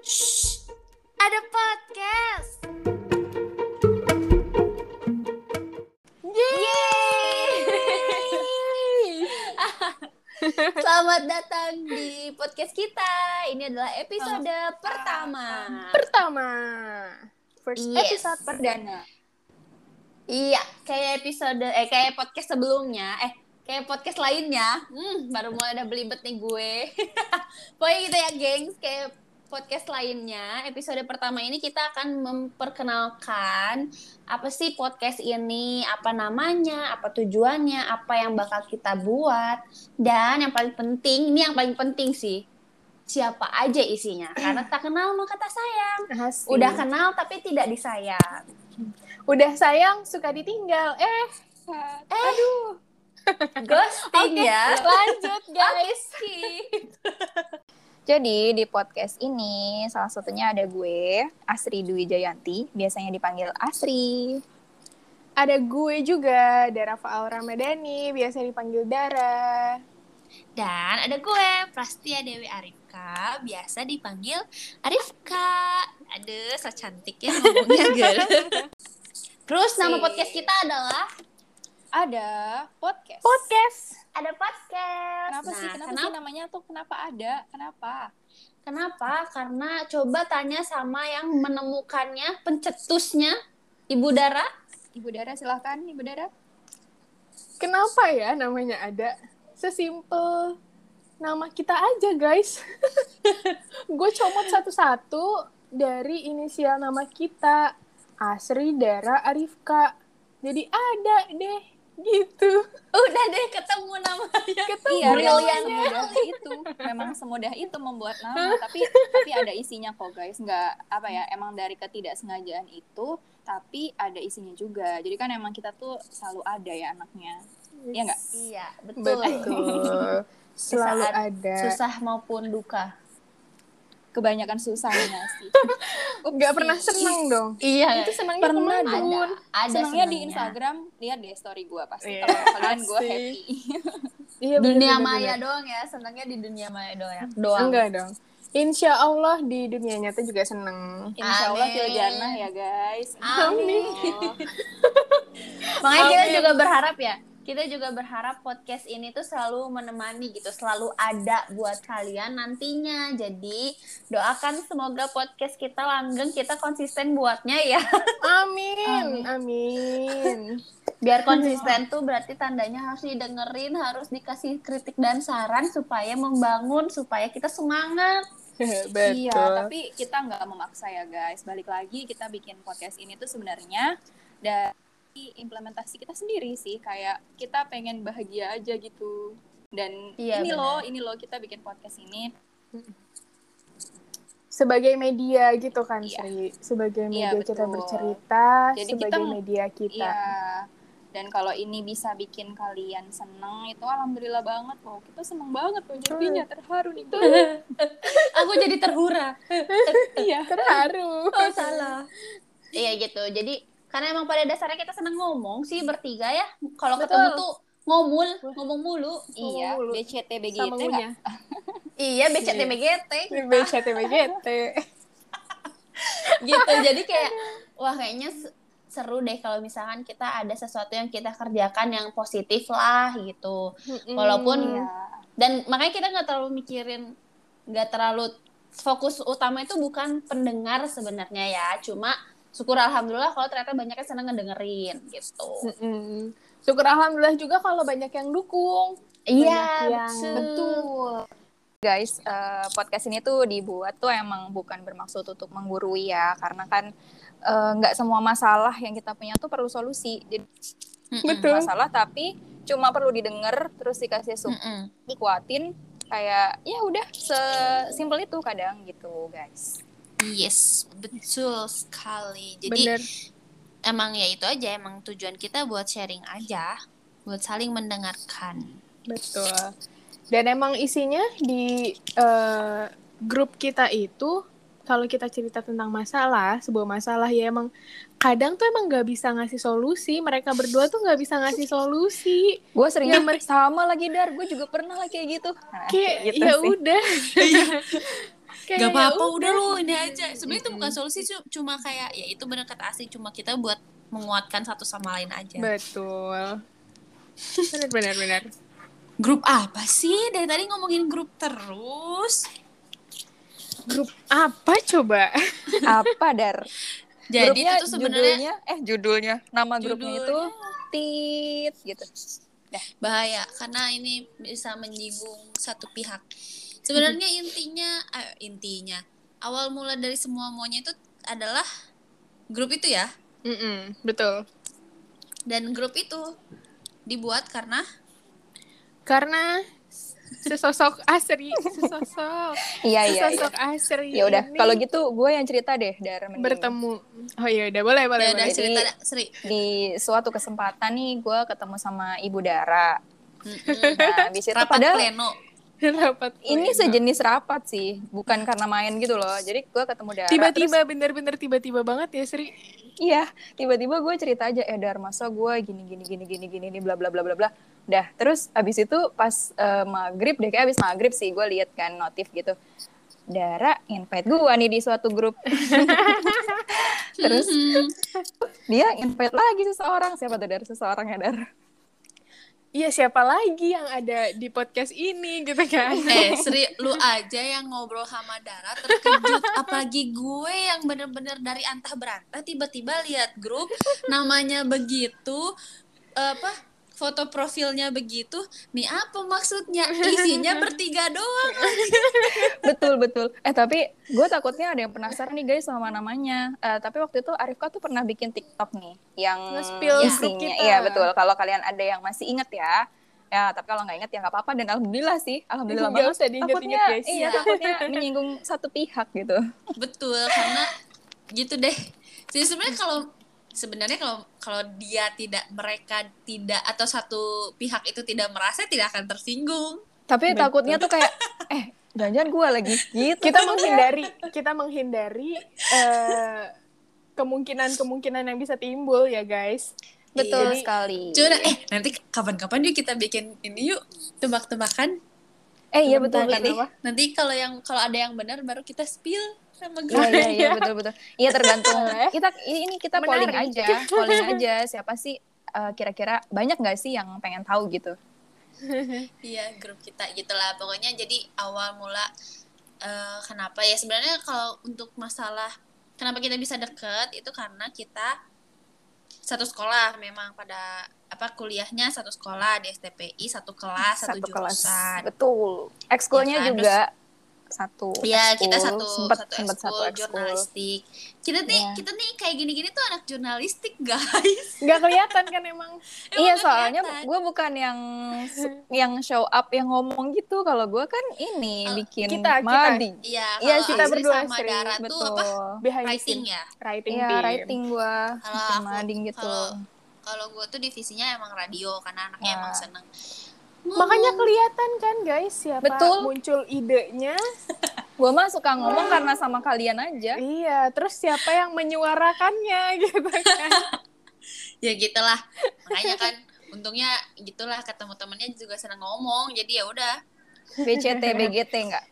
Shh, ada podcast. Yeay! Selamat datang di podcast kita. Ini adalah episode pertama. First Yes. episode perdana. Iya, kayak podcast sebelumnya. Kayak podcast lainnya. Baru mulai ada belibet nih gue. Pokoknya gitu ya, gengs. Kayak podcast lainnya, episode pertama ini kita akan memperkenalkan apa sih podcast ini, apa namanya, apa tujuannya, apa yang bakal kita buat, dan yang paling penting sih, siapa aja isinya. Karena tak kenal maka tak sayang. Asik. Udah kenal tapi tidak disayang. Udah sayang suka ditinggal. Aduh. Ghosting ya. Lanjut guys. Skip. Jadi di podcast ini salah satunya ada gue, Asri Dwi Jayanti, biasanya dipanggil Asri. Ada gue juga, Dara Faal Ramadhani, biasa dipanggil Dara. Dan ada gue, Prastia Dewi Arifka, biasa dipanggil Arifka. Aduh, so cantik ya ngomongnya, girl. Terus nama podcast kita adalah Ada podcast. Ada podcast. Kenapa sih namanya tuh kenapa ada? Kenapa? Karena coba tanya sama yang menemukannya, pencetusnya, Ibu Dara. Ibu Dara silahkan, Ibu Dara. Kenapa ya namanya ada? Sesimpel nama kita aja guys. Gue comot satu-satu dari inisial nama kita. Asri, Dara, Arifka. Jadi ada deh. Gitu. Udah deh ketemu namanya. Iya, Brilian. memang semudah itu membuat nama, tapi ada isinya kok guys. Nggak emang dari ketidaksengajaan itu, tapi ada isinya juga. Jadi kan emang kita tuh selalu ada ya anaknya. Iya nggak? Iya, betul. Selalu Saat ada. susah maupun duka. Kebanyakan susahnya sih. Nggak pernah seneng dong. Iya. Itu senangnya Pernah kemana? dong. Ada Senangnya di Instagram, lihat deh story gue pasti. Iya, Kalau kalian gue asik. happy. Iya, Dunia bener-bener. maya doang ya, senangnya di dunia maya doang. Enggak dong. Insya Allah di dunia nyata juga seneng. Insya Allah Amin. fil jannah ya guys. Amin. Makanya kita juga berharap ya. Kita juga berharap podcast ini tuh selalu menemani gitu, selalu ada buat kalian nantinya. Jadi doakan semoga podcast kita langgeng, kita konsisten buatnya ya. Amin. Biar konsisten tuh berarti tandanya harus didengerin, harus dikasih kritik dan saran supaya membangun, supaya kita semangat. Betul. Iya, tapi kita nggak memaksa ya guys. Balik lagi kita bikin podcast ini tuh sebenarnya dari implementasi kita sendiri sih. Kayak kita pengen bahagia aja gitu. Dan Iya, ini benar. loh kita bikin podcast ini. Sebagai media gitu kan, Iya. Sri. Sebagai Iya, media kita betul. bercerita, Jadi sebagai kita- media kita. Iya. Dan kalau ini bisa bikin kalian seneng, itu alhamdulillah banget. Wow, kita seneng banget loh jadinya, terharu nih. Aku jadi terhura. Iya. Terharu. Oh, salah. Iya gitu. Jadi karena emang pada dasarnya kita seneng ngomong sih bertiga ya. Kalau ketemu tuh ngomong mulu. Iya, mulu. BCT BGT Sama nggak? ngunyah. Iya, BCT-BGT BCT. gitu. Jadi kayak wah kayaknya seru deh kalau misalkan kita ada sesuatu yang kita kerjakan yang positif lah gitu. Walaupun Iya. dan makanya kita nggak terlalu fokus utama itu bukan pendengar sebenarnya ya. Cuma syukur alhamdulillah kalau ternyata banyak yang seneng ngedengerin gitu. Syukur alhamdulillah juga kalau banyak yang dukung. Iya, Banyak yang- Betul. Guys, podcast ini tuh dibuat tuh emang bukan bermaksud untuk menggurui ya, karena kan nggak semua masalah yang kita punya tuh perlu solusi. Jadi Betul. masalah tapi cuma perlu didengar terus dikasih support, dikuatin, kayak ya udah sesimpel itu kadang gitu, guys. Yes, betul sekali. Jadi Bener. emang ya itu aja, emang tujuan kita buat sharing aja, buat saling mendengarkan. Betul. Dan emang isinya di grup kita itu, kalau kita cerita tentang sebuah masalah ya emang kadang tuh emang nggak bisa ngasih solusi. Mereka berdua tuh nggak bisa ngasih solusi. Gue seringnya Ya, sama lagi Dar, gue juga pernah lah kayak gitu. Nah, Kayak gitu ya sih. udah. Kayak Gak ya apa-apa, udah lu ini aja. Sebenarnya itu bukan Mm-mm. solusi, cuma kayak ya itu benar kata asing, cuma kita buat menguatkan satu sama lain aja. Betul. Benar. Grup apa sih? Dari tadi ngomongin grup terus. Grup apa coba? Apa Dar? Jadi Grupnya itu tuh sebenarnya judulnya nama grupnya itu judulnya Tit gitu. bahaya karena ini bisa menyinggung satu pihak. Sebenarnya intinya awal mula dari semua maunya itu adalah grup itu ya. Betul. Dan grup itu dibuat karena sesosok Asri, Iya. sesosok Asri Ya udah, ini kalau gitu gue yang cerita deh Dar mending. bertemu. Oh iya udah boleh. ya udah Jadi, cerita Sri. Di suatu kesempatan nih gue ketemu sama Ibu Dara. Mm-mm. Nah, habis itu Rapat padahal pleno. rapat ini pleno. sejenis rapat sih, bukan karena main gitu loh. Jadi gue ketemu Dara. Tiba-tiba terus, bener-bener tiba-tiba banget ya Sri. iya, tiba-tiba gue cerita aja, Dar masa gue gini nih bla bla bla bla bla. Dah, terus abis itu pas maghrib deh, kayak abis maghrib sih gue lihat kan notif gitu. Dara invite gue nih di suatu grup. Terus dia invite lagi seseorang. Siapa tuh Dar? Seseorang ya Dar? Iya siapa lagi yang ada di podcast ini gitu kan. Sri, lu aja yang ngobrol sama Dara terkejut. Apalagi gue yang bener-bener dari antah berantah tiba-tiba lihat grup namanya begitu, foto profilnya begitu. Nih apa maksudnya? Isinya bertiga doang. Betul. Tapi gue takutnya ada yang penasaran nih guys sama namanya. Tapi waktu itu Arifka tuh pernah bikin TikTok nih yang Nge-spill isinya. grup kita. Iya betul. Kalau kalian ada yang masih inget ya. Ya, tapi kalau nggak inget ya nggak apa-apa. Dan alhamdulillah sih, alhamdulillah Nggak banget. usah diinget-inget, Takutnya, guys. iya takutnya menyinggung satu pihak gitu. Betul, karena gitu deh. Jadi sebenarnya kalau mereka tidak atau satu pihak itu tidak merasa, tidak akan tersinggung. Tapi Betul. takutnya tuh kayak jangan-jangan gue lagi gitu. Kita menghindari kemungkinan yang bisa timbul ya guys. Betul Iya. sekali. Coba nanti kapan-kapan yuk kita bikin ini yuk, tebak-tebakan. Iya betul. Nanti kalau ada yang benar baru kita spill sama gue. Iya betul. Iya tergantung. kita polling aja siapa sih kira-kira banyak nggak sih yang pengen tahu gitu. Iya, grup kita gitulah pokoknya. Jadi awal mula kenapa ya sebenarnya kalau untuk masalah kenapa kita bisa deket itu karena kita satu sekolah, memang pada kuliahnya satu sekolah di STPI, satu kelas, satu jurusan. Betul. Ekskulnya ya kan? juga satu. Iya, kita satu ekskul jurnalistik. Kita nih kayak gini-gini tuh anak jurnalistik, guys. Nggak kelihatan kan emang. Iya, soalnya gue bukan yang show up yang ngomong gitu. Kalau gue kan bikin mading. Iya, kita berdua sama Dara tuh writing ya. Writing Iya, team. writing gue. Bikin mading gitu. Kalau gue tuh divisinya emang radio karena anaknya emang seneng. Makanya kelihatan kan guys siapa muncul idenya. Gue mah suka ngomong karena sama kalian aja. Iya, terus siapa yang menyuarakannya gitu kan. Ya gitulah. Makanya kan untungnya gitulah ketemu temennya juga seneng ngomong. Jadi ya udah. BCT BGT enggak?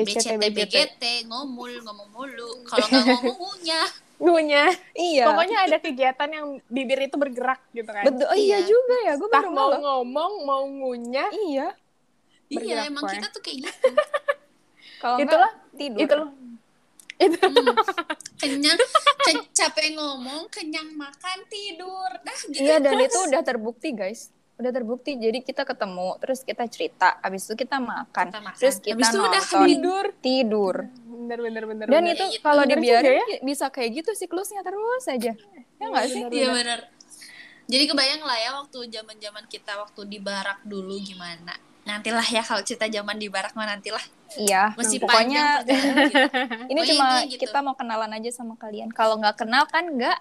BCT ngomong mulu. Kalau nggak ngomong ngunyah. Iya. Pokoknya ada kegiatan yang bibir itu bergerak gitu kan. Betul. Oh, iya juga ya. Gue baru mau ngomong, mau ngunyah. Iya. Iya, emang kita tuh kayak gitu. Kalau enggak tidur. Itu. Kenyang, capek ngomong, kenyang makan, tidur. Dah gitu. Iya, dan itu udah terbukti, guys. Udah terbukti. Jadi kita ketemu, terus kita cerita, habis itu kita makan. Terus kita nonton, tidur. Bener. Dan itu kalau dibiarin bisa kayak gitu siklusnya terus aja. Ya nggak sih? Iya bener. Jadi kebayang lah ya waktu zaman kita waktu di barak dulu gimana. Nantilah ya kalau cerita zaman di barak mah nantilah. Iya. Masih pokoknya gitu. Ini cuma kita mau kenalan aja sama kalian. Kalau nggak kenal kan nggak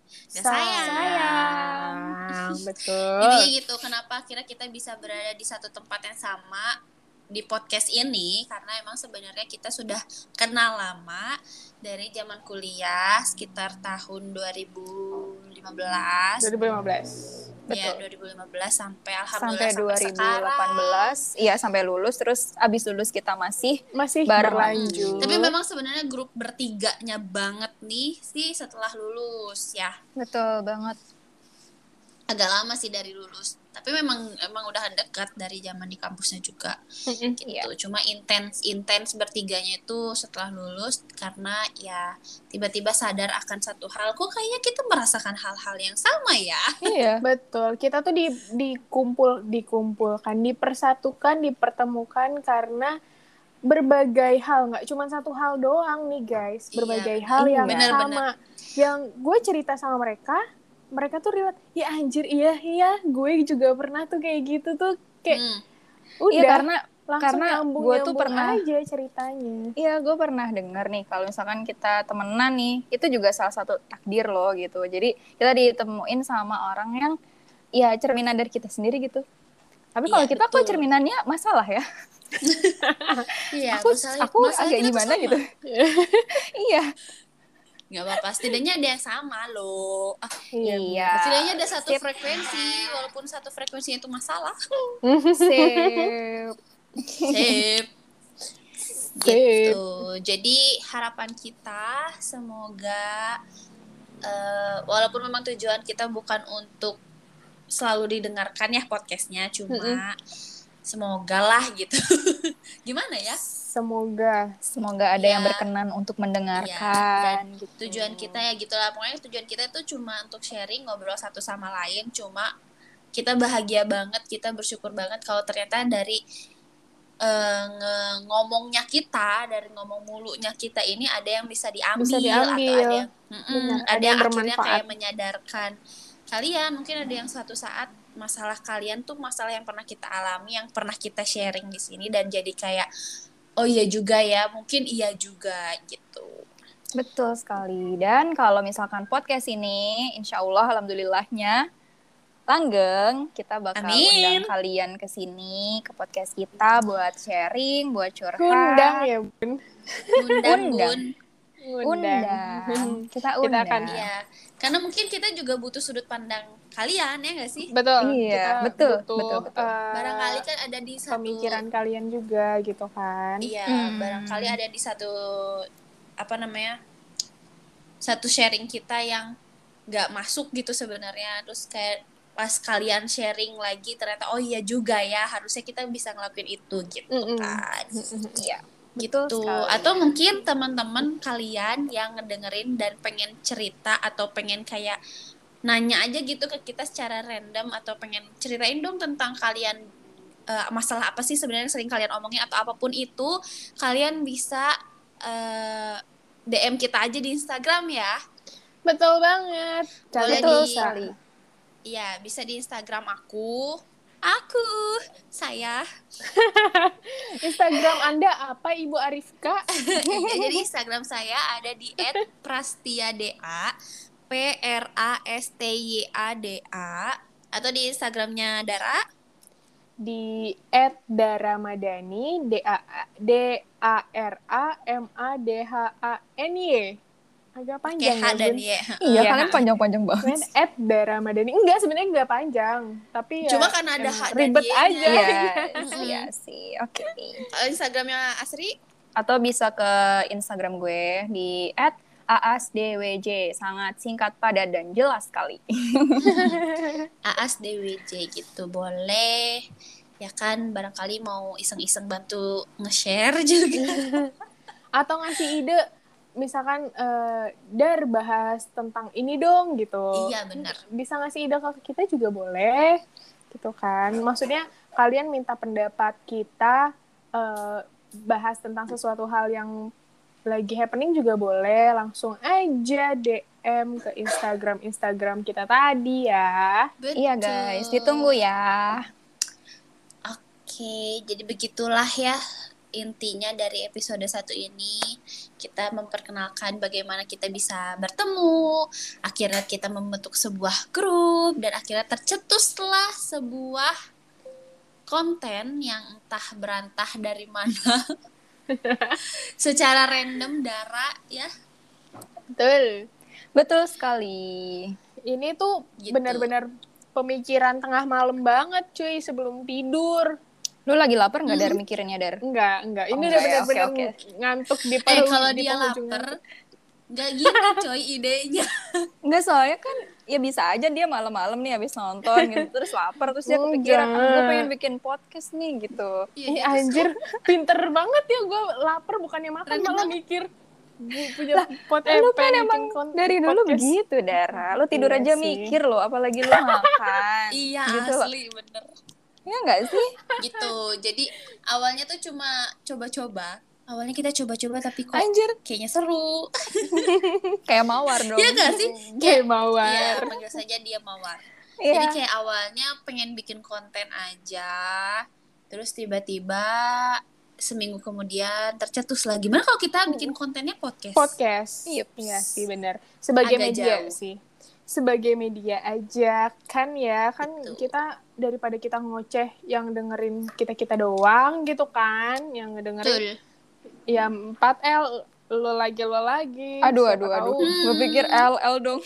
sayang. Betul. Intinya gitu. Kenapa akhirnya kita bisa berada di satu tempat yang sama di podcast ini, karena emang sebenarnya kita sudah kenal lama dari zaman kuliah sekitar tahun 2015. Ya, betul. 2015 sampai Sampai alhamdulillah sampai sekarang. 2018, iya sampai lulus, terus abis lulus kita masih Masih bareng berlanjut. Tapi memang sebenarnya grup bertiganya banget nih sih setelah lulus ya. Betul banget. Agak lama sih dari lulus. Tapi memang udah dekat dari zaman di kampusnya juga. Mm-mm. Gitu. Iya. Cuma intens bertiganya itu setelah lulus karena ya tiba-tiba sadar akan satu hal, kok kayaknya kita merasakan hal-hal yang sama ya. Iya. Betul, kita tuh dikumpulkan, dipersatukan, dipertemukan karena berbagai hal, nggak cuma satu hal doang nih guys, berbagai Iya, hal yang benar. sama. Yang gue cerita sama mereka tuh relate, ya anjir iya gue juga pernah tuh kayak gitu tuh, kayak udah Iya, langsung karena nyambung gue tuh pernah aja ceritanya. Iya, gue pernah dengar nih kalau misalkan kita temenan nih, itu juga salah satu takdir loh gitu. Jadi kita ditemuin sama orang yang ya cerminan dari kita sendiri gitu. Tapi kalau Iya, kita kok betul. cerminannya masalah ya. Iya, aku masalah agak kita tuh gimana sama. gitu. Iya. Nggak apa-apa, setidaknya ada yang sama loh. Iya. Setidaknya ada satu Sip. frekuensi, walaupun satu frekuensinya itu masalah. Sip. Sip. Gitu. Jadi harapan kita semoga walaupun memang tujuan kita bukan untuk selalu didengarkan ya podcastnya, cuma semoga lah gitu. Gimana ya? Semoga ada Ya. yang berkenan untuk Iya, mendengarkan dan gitu. tujuan kita ya gitulah, pokoknya tujuan kita itu cuma untuk sharing, ngobrol satu sama lain. Cuma kita bahagia banget, kita bersyukur banget kalau ternyata dari ngomongnya kita, dari ngomong mulunya kita ini ada yang bisa diambil, atau ada yang Benar, ada yang akhirnya bermanfaat. kayak menyadarkan kalian. Mungkin ada yang suatu saat masalah kalian tuh masalah yang pernah kita alami, yang pernah kita sharing di sini, dan jadi kayak oh iya juga ya, mungkin iya juga gitu. Betul sekali. Dan kalau misalkan podcast ini, insya Allah alhamdulillahnya langgeng, kita bakal Amin. undang kalian ke sini, ke podcast kita buat sharing, buat curhat. Undang ya bun. Undang. Kita Kita undang. akan Iya, karena mungkin kita juga butuh sudut pandang kalian ya nggak sih? betul. Iya, Kita betul. butuh, Barangkali kan ada di satu pemikiran kalian juga gitu kan. Iya, barangkali ada di satu satu sharing kita yang nggak masuk gitu sebenarnya, terus kayak pas kalian sharing lagi ternyata oh iya juga ya, harusnya kita bisa ngelakuin itu gitu kan. Iya. Gitu. Betul sekali. Atau mungkin teman-teman kalian yang ngedengerin dan pengen cerita atau pengen kayak nanya aja gitu ke kita secara random, atau pengen ceritain dong tentang kalian masalah apa sih sebenarnya sering kalian omongin atau apapun itu, kalian bisa DM kita aja di Instagram ya. Betul banget. Boleh Betul di- sekali. Iya, bisa di Instagram saya. Instagram Anda apa Ibu Arifka? Iya, jadi Instagram saya ada di @prastyada, PRASTYADA, atau di Instagramnya Dara Di @daramadani, DARAMADHANY. Agak panjang H ya dan bun. Y. Iya, kalian panjang-panjang banget. @daramadani. Enggak, sebenarnya enggak panjang, tapi ya Cuma karena ada H dan ribet Y-nya. aja. Iya sih, oke. Kalau Instagramnya Asri Atau bisa ke Instagram gue di @aasdwj, sangat singkat, padat, dan jelas sekali. AASDWJ gitu, boleh ya kan, barangkali mau iseng-iseng bantu nge-share juga. Atau ngasih ide, misalkan Dar bahas tentang ini dong gitu. Iya, benar. Bisa ngasih ide ke kita juga boleh gitu kan. Maksudnya kalian minta pendapat kita bahas tentang sesuatu hal yang lagi happening juga boleh, langsung aja DM ke Instagram kita tadi ya. Betul. Iya guys, ditunggu ya. Oke, jadi begitulah ya intinya dari episode 1 ini. Kita memperkenalkan bagaimana kita bisa bertemu, akhirnya kita membentuk sebuah grup, dan akhirnya tercetuslah sebuah konten yang entah berantah dari mana. Secara random Dara ya. Betul. Betul sekali. Ini tuh Gitu. benar-benar pemikiran tengah malam banget cuy sebelum tidur. Lu lagi lapar nggak Dar mikirinnya Dar? Enggak. Ini Oh, udah enggak ya, benar-benar oke. ngantuk di Kalau di dia penghujung lapar, ngantuk. nggak gini coy idenya. Enggak, soalnya kan ya bisa aja dia malam-malam nih habis nonton gitu terus lapar terus dia kepikiran gue pengen bikin podcast nih gitu. Iya, Ih dia tuh anjir, pinter banget ya gue lapar bukannya makan Keren malah banget. mikir punya Lu kan pengen emang bikin dari dulu podcast. begitu Dara. Lu tidur Iya aja sih. mikir loh, apalagi lu makan. Iya gitu loh. asli bener. Iya nggak sih? Gitu. Jadi awalnya tuh cuma coba-coba. Awalnya kita coba-coba tapi kok Anjir, kayaknya seru. kayak mawar dong. Iya gak sih? Kayak mawar. Iya, panggil saja dia mawar. Iya. Jadi kayak awalnya pengen bikin konten aja. Terus tiba-tiba seminggu kemudian tercetus lagi. Gimana kalau kita bikin kontennya podcast? Iya sih benar. Sebagai Agak media jauh. sih. Sebagai media aja kan ya kan Betul. kita daripada kita ngoceh yang dengerin kita doang gitu kan yang ngedengerin ya 4L lo lagi Aduh. siapa tahu. Gue pikir LL dong.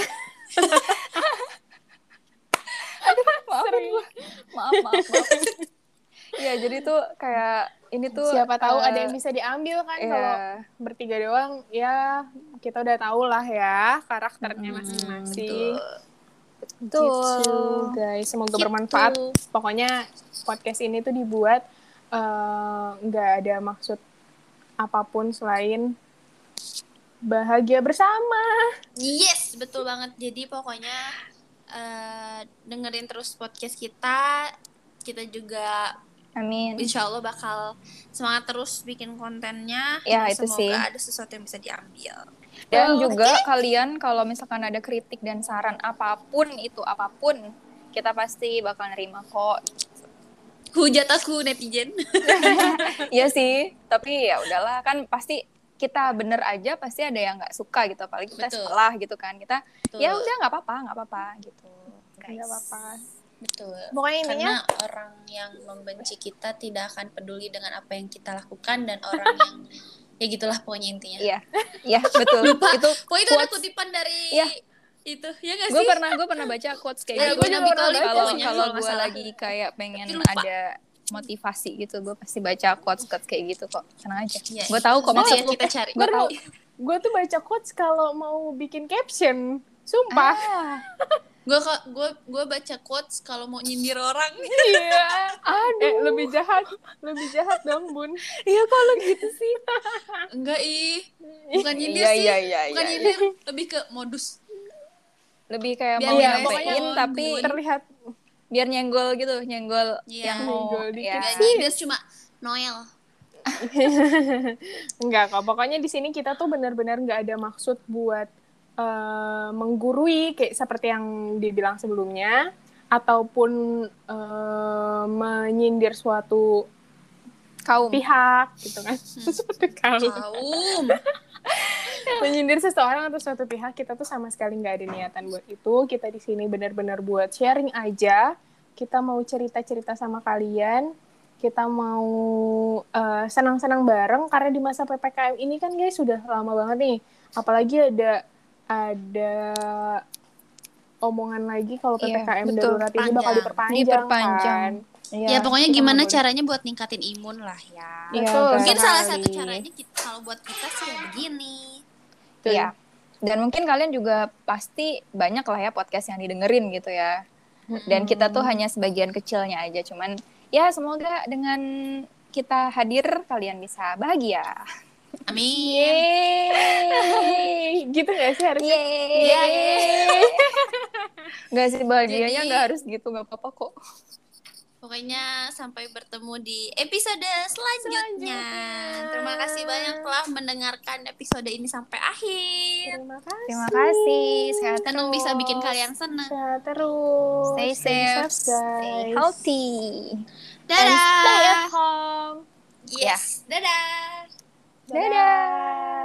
Maaf. Iya, jadi tuh kayak ini tuh Siapa tahu ada yang bisa diambil kan iya. kalau bertiga doang ya kita udah tahu lah ya karakternya masing-masing. Betul. Gitu, guys. Semoga Gitu. bermanfaat. Pokoknya podcast ini tuh dibuat nggak ada maksud apapun selain bahagia bersama. Yes, betul banget. Jadi pokoknya dengerin terus podcast kita. Kita juga Amin. insya Allah bakal semangat terus bikin kontennya. Ya, itu Semoga sih. ada sesuatu yang bisa diambil. Dan juga kalian kalau misalkan ada kritik dan saran apapun, kita pasti bakal nerima kok. Hujat aku netizen. Iya sih, tapi ya udahlah, kan pasti kita bener aja pasti ada yang nggak suka gitu, apalagi kita Betul. salah gitu kan, kita Betul. ya udah nggak apa-apa gitu, guys. Nggak apa-apa. Betul. Pokoknya intinya Karena orang yang membenci kita tidak akan peduli dengan apa yang kita lakukan dan orang yang ya gitulah pokoknya intinya. Iya betul. Itu Pokoknya itu ada quotes. kutipan dari Iya. itu, ya nggak Gue sih? pernah baca quotes kayak Ya, gitu. gue juga pernah baca Kalau sih, kalau kalau nggak gue salah. lagi kayak pengen Tapi lupa. ada motivasi gitu, gue pasti baca quotes kayak gitu kok. Tenang aja. Ya, Gue tahu kok nanti ya maksud kita cari. Gue tahu. gue tuh baca quotes kalau mau bikin caption. Sumpah. Gue baca quotes kalau mau nyindir orang. Iya. Aduh. Lebih jahat dong, Bun. Iya kalau gitu sih. Enggak bukan nyindir Iya, sih. iya. Bukan nyindir, lebih ke modus. Lebih kayak Biar mau dia nyampein pokoknya tapi terlihat biar nyenggol gitu, nyenggol Iya. yang mau Nyenggol dikit. ya. Gak nyindir cuma Noel. enggak kok. Pokoknya di sini kita tuh benar-benar nggak ada maksud buat menggurui kayak seperti yang dibilang sebelumnya ataupun menyindir suatu Kaum. pihak gitu kan. Suatu kaum. Kaum. Menyindir seseorang atau suatu pihak kita tuh sama sekali nggak ada niatan buat itu. Kita di sini benar-benar buat sharing aja. Kita mau cerita-cerita sama kalian. Kita mau senang-senang bareng karena di masa PPKM ini kan guys sudah lama banget nih. Apalagi ada omongan lagi kalau Iya, PPKM betul. darurat ini bakal diperpanjang. Kan? Ya pokoknya kita gimana nggak boleh. caranya buat ningkatin imun lah ya. Iya, Betul. Mungkin salah sekali. satu caranya kalau buat kita sih ya begini. Iya. Dan mungkin kalian juga pasti banyak lah ya podcast yang didengerin gitu ya. Dan kita tuh hanya sebagian kecilnya aja. Cuman ya semoga dengan kita hadir kalian bisa bahagia. Amin. Yeay. Gitu gak sih harusnya? Yeay. Gak sih bahagianya Jadi- gak harus gitu, gak apa-apa kok. Pokoknya sampai bertemu di episode selanjutnya. Terima kasih banyak telah mendengarkan episode ini sampai akhir. Terima kasih. Terima kasih. Sehat Senang terus. bisa bikin kalian senang. Sehat terus. Stay safe, guys. stay healthy. And stay at Dadah. home. Yes. Dadah. Dadah.